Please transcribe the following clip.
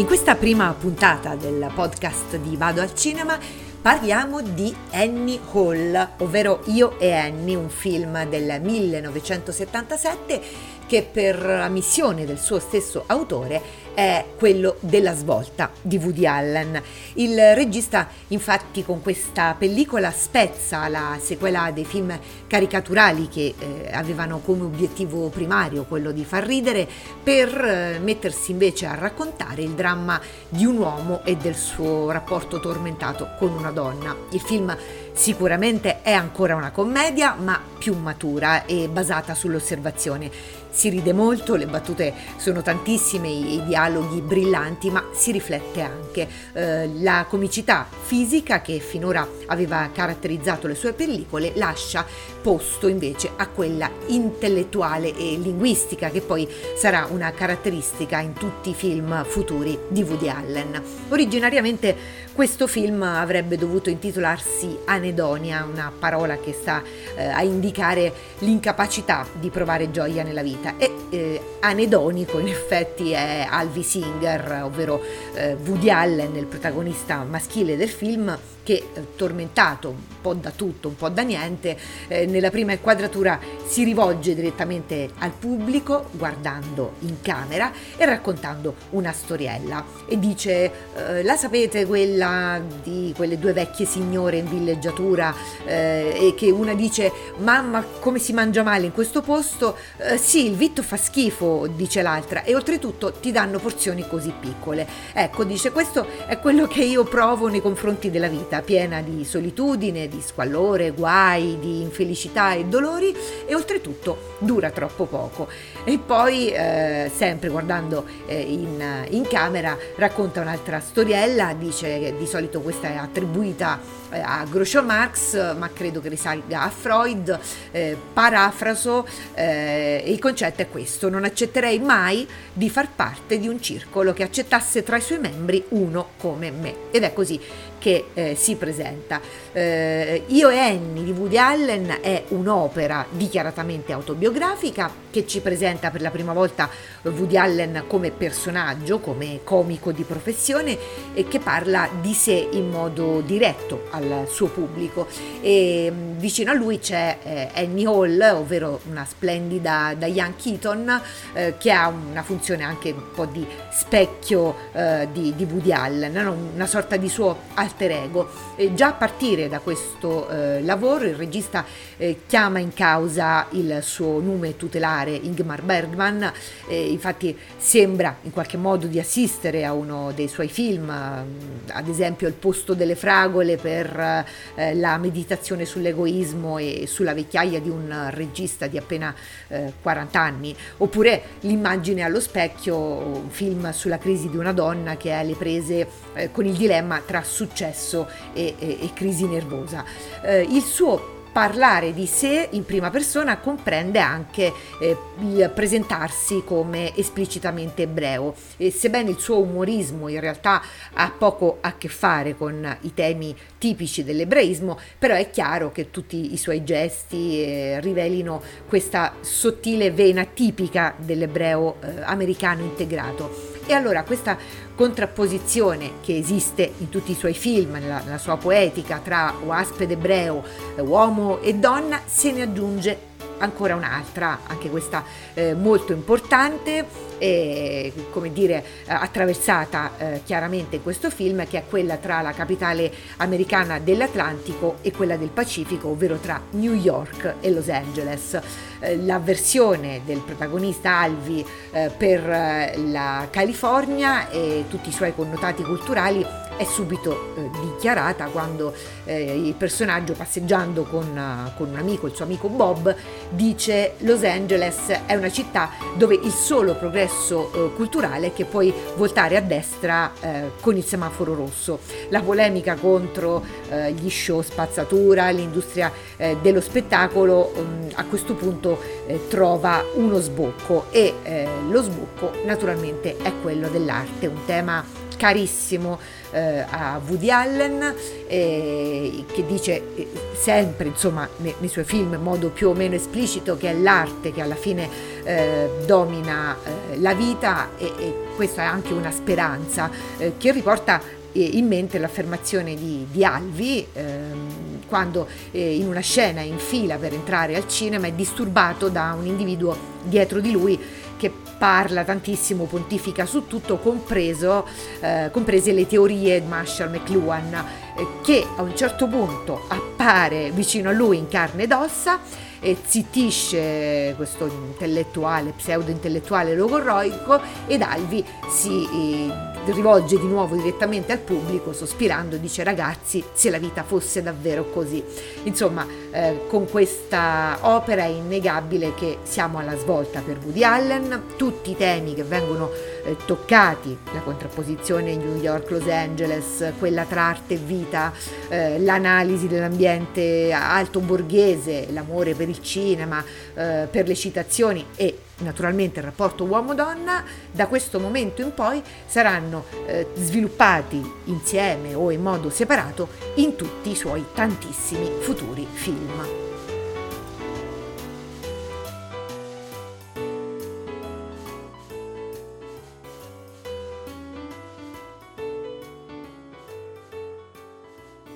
In questa prima puntata del podcast di Vado al Cinema parliamo di Annie Hall, ovvero Io e Annie, un film del 1977 che per la missione del suo stesso autore è quello della svolta di Woody Allen. Il regista infatti con questa pellicola spezza la sequela dei film caricaturali che avevano come obiettivo primario quello di far ridere per mettersi invece a raccontare il dramma di un uomo e del suo rapporto tormentato con una donna. Il film sicuramente è ancora una commedia, ma più matura e basata sull'osservazione. Si ride molto, le battute sono tantissime, i dialoghi brillanti, ma si riflette anche la comicità fisica che finora aveva caratterizzato le sue pellicole lascia posto invece a quella intellettuale e linguistica che poi sarà una caratteristica in tutti i film futuri di Woody Allen. Originariamente questo film avrebbe dovuto intitolarsi anedonia, una parola che sta a indicare l'incapacità di provare gioia nella vita, e anedonico in effetti è Alvy Singer, ovvero Woody Allen, il protagonista maschile del film, che tormentato un po' da tutto, un po' da niente, nella prima inquadratura si rivolge direttamente al pubblico guardando in camera e raccontando una storiella e dice la sapete quella di quelle due vecchie signore in villeggiatura e che una dice mamma come si mangia male in questo posto, sì il vitto fa schifo, dice l'altra, e oltretutto ti danno porzioni così piccole. Ecco, dice, questo è quello che io provo nei confronti della vita, piena di solitudine, di squallore, guai, di infelicità e dolori, e oltretutto dura troppo poco. E poi sempre guardando in camera racconta un'altra storiella, dice che di solito questa è attribuita a Groucho Marx, ma credo che risalga a Freud, parafraso, il concetto è questo: non accetterei mai di far parte di un circolo che accettasse tra i suoi membri uno come me, ed è così che si presenta. Io e Annie di Woody Allen è un'opera dichiaratamente autobiografica che ci presenta per la prima volta Woody Allen come personaggio, come comico di professione, e che parla di sé in modo diretto al suo pubblico. E vicino a lui c'è Annie Hall, ovvero una splendida Diane Keaton, che ha una funzione anche un po' di specchio di Woody Allen, no? Una sorta di suo alter ego. Già a partire da questo lavoro il regista chiama in causa il suo nume tutelare Ingmar Bergman, infatti sembra in qualche modo di assistere a uno dei suoi film, ad esempio Il posto delle fragole, per la meditazione sull'egoismo e sulla vecchiaia di un regista di appena 40 anni, oppure L'immagine allo specchio, un film sulla crisi di una donna che è alle prese con il dilemma tra successo e crisi nervosa. Il suo parlare di sé in prima persona comprende anche il presentarsi come esplicitamente ebreo, e sebbene il suo umorismo in realtà ha poco a che fare con i temi tipici dell'ebraismo, però è chiaro che tutti i suoi gesti rivelino questa sottile vena tipica dell'ebreo americano integrato. E allora questa contrapposizione che esiste in tutti i suoi film, nella sua poetica, tra oaspede ebreo, uomo e donna, se ne aggiunge ancora un'altra, anche questa molto importante, come dire, attraversata chiaramente in questo film, che è quella tra la capitale americana dell'Atlantico e quella del Pacifico, ovvero tra New York e Los Angeles. L'avversione del protagonista Alvy per la California e tutti i suoi connotati culturali è subito dichiarata quando il personaggio, passeggiando con un amico, il suo amico Bob, dice: Los Angeles è una città dove il solo progresso culturale è che puoi voltare a destra con il semaforo rosso. La polemica contro gli show spazzatura, l'industria dello spettacolo a questo punto trova uno sbocco, e lo sbocco naturalmente è quello dell'arte, un tema carissimo a Woody Allen, che dice sempre, insomma, nei suoi film in modo più o meno esplicito, che è l'arte che alla fine domina la vita, e questa è anche una speranza che riporta in mente l'affermazione di Alvi quando in una scena in fila per entrare al cinema è disturbato da un individuo dietro di lui che parla tantissimo, pontifica su tutto, comprese le teorie di Marshall McLuhan, che a un certo punto appare vicino a lui in carne ed ossa e zittisce questo intellettuale, pseudo-intellettuale logorroico, ed Alvi si rivolge di nuovo direttamente al pubblico sospirando, dice: ragazzi, se la vita fosse davvero così. Insomma, con questa opera è innegabile che siamo alla svolta per Woody Allen. Tutti i temi che vengono toccati, la contrapposizione New York-Los Angeles, quella tra arte e vita, l'analisi dell'ambiente alto borghese, l'amore per il cinema, per le citazioni e naturalmente il rapporto uomo-donna, da questo momento in poi saranno sviluppati insieme o in modo separato in tutti i suoi tantissimi futuri film.